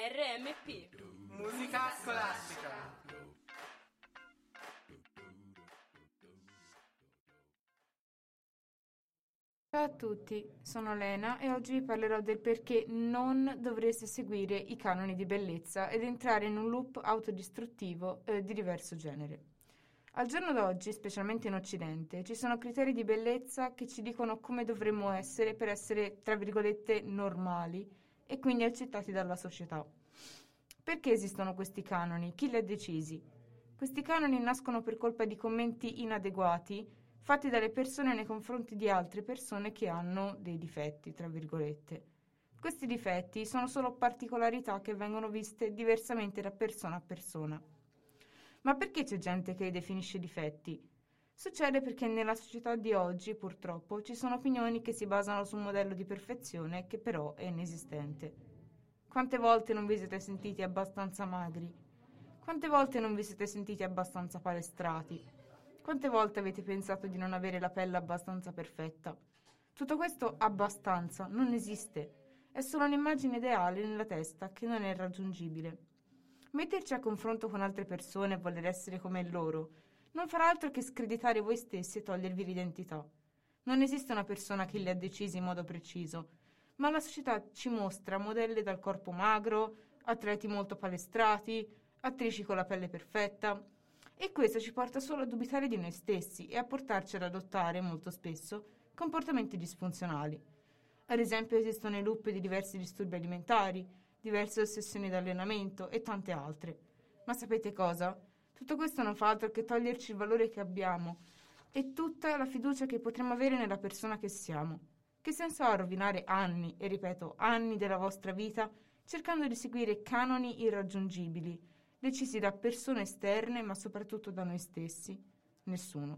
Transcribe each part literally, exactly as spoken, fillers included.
R M P. Musica scolastica. Ciao a tutti, sono Lena e oggi vi parlerò del perché non dovreste seguire i canoni di bellezza ed entrare in un loop autodistruttivo eh, di diverso genere. Al giorno d'oggi, specialmente in Occidente, ci sono criteri di bellezza che ci dicono come dovremmo essere per essere, tra virgolette, normali e quindi accettati dalla società. Perché esistono questi canoni? Chi li ha decisi? Questi canoni nascono per colpa di commenti inadeguati fatti dalle persone nei confronti di altre persone che hanno dei difetti, tra virgolette. Questi difetti sono solo particolarità che vengono viste diversamente da persona a persona. Ma perché c'è gente che li definisce difetti? Succede perché nella società di oggi, purtroppo, ci sono opinioni che si basano su un modello di perfezione che però è inesistente. Quante volte non vi siete sentiti abbastanza magri? Quante volte non vi siete sentiti abbastanza palestrati? Quante volte avete pensato di non avere la pelle abbastanza perfetta? Tutto questo abbastanza non esiste, è solo un'immagine ideale nella testa che non è raggiungibile. Metterci a confronto con altre persone e voler essere come loro non farà altro che screditare voi stessi e togliervi l'identità. Non esiste una persona che li ha decisi in modo preciso, ma la società ci mostra modelli dal corpo magro, atleti molto palestrati, attrici con la pelle perfetta. E questo ci porta solo a dubitare di noi stessi e a portarci ad adottare, molto spesso, comportamenti disfunzionali. Ad esempio esistono i loop di diversi disturbi alimentari, diverse ossessioni d'allenamento e tante altre. Ma sapete cosa? Tutto questo non fa altro che toglierci il valore che abbiamo e tutta la fiducia che potremmo avere nella persona che siamo. Che senso ha rovinare anni, e ripeto, anni della vostra vita cercando di seguire canoni irraggiungibili, decisi da persone esterne, ma soprattutto da noi stessi? Nessuno.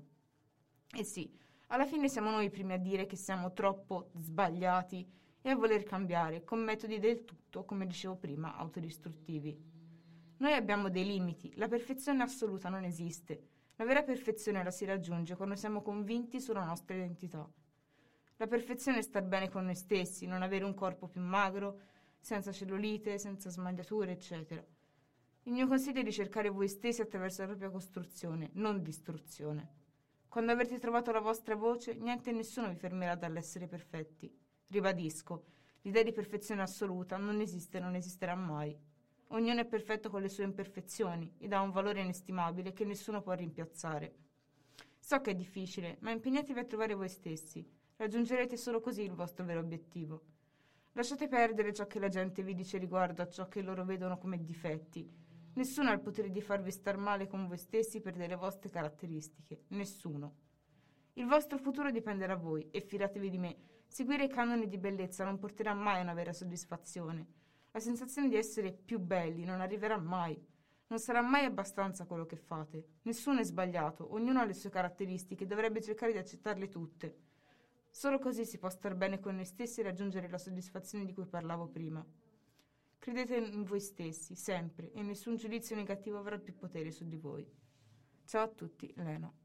E sì, alla fine siamo noi i primi a dire che siamo troppo sbagliati e a voler cambiare, con metodi del tutto, come dicevo prima, autodistruttivi. Noi abbiamo dei limiti, la perfezione assoluta non esiste. La vera perfezione la si raggiunge quando siamo convinti sulla nostra identità. La perfezione è star bene con noi stessi, non avere un corpo più magro, senza cellulite, senza smagliature, eccetera. Il mio consiglio è di cercare voi stessi attraverso la propria costruzione, non distruzione. Quando avrete trovato la vostra voce, niente e nessuno vi fermerà dall'essere perfetti. Ribadisco, l'idea di perfezione assoluta non esiste e non esisterà mai. Ognuno è perfetto con le sue imperfezioni ed ha un valore inestimabile che nessuno può rimpiazzare. So che è difficile, ma impegnatevi a trovare voi stessi. Raggiungerete solo così il vostro vero obiettivo. Lasciate perdere ciò che la gente vi dice riguardo a ciò che loro vedono come difetti. Nessuno ha il potere di farvi star male con voi stessi per delle vostre caratteristiche. Nessuno. Il vostro futuro dipende da voi e fidatevi di me, seguire i canoni di bellezza non porterà mai a una vera soddisfazione. La sensazione di essere più belli non arriverà mai. Non sarà mai abbastanza quello che fate. Nessuno è sbagliato, ognuno ha le sue caratteristiche e dovrebbe cercare di accettarle tutte. Solo così si può star bene con noi stessi e raggiungere la soddisfazione di cui parlavo prima. Credete in voi stessi, sempre, e nessun giudizio negativo avrà più potere su di voi. Ciao a tutti, Lena.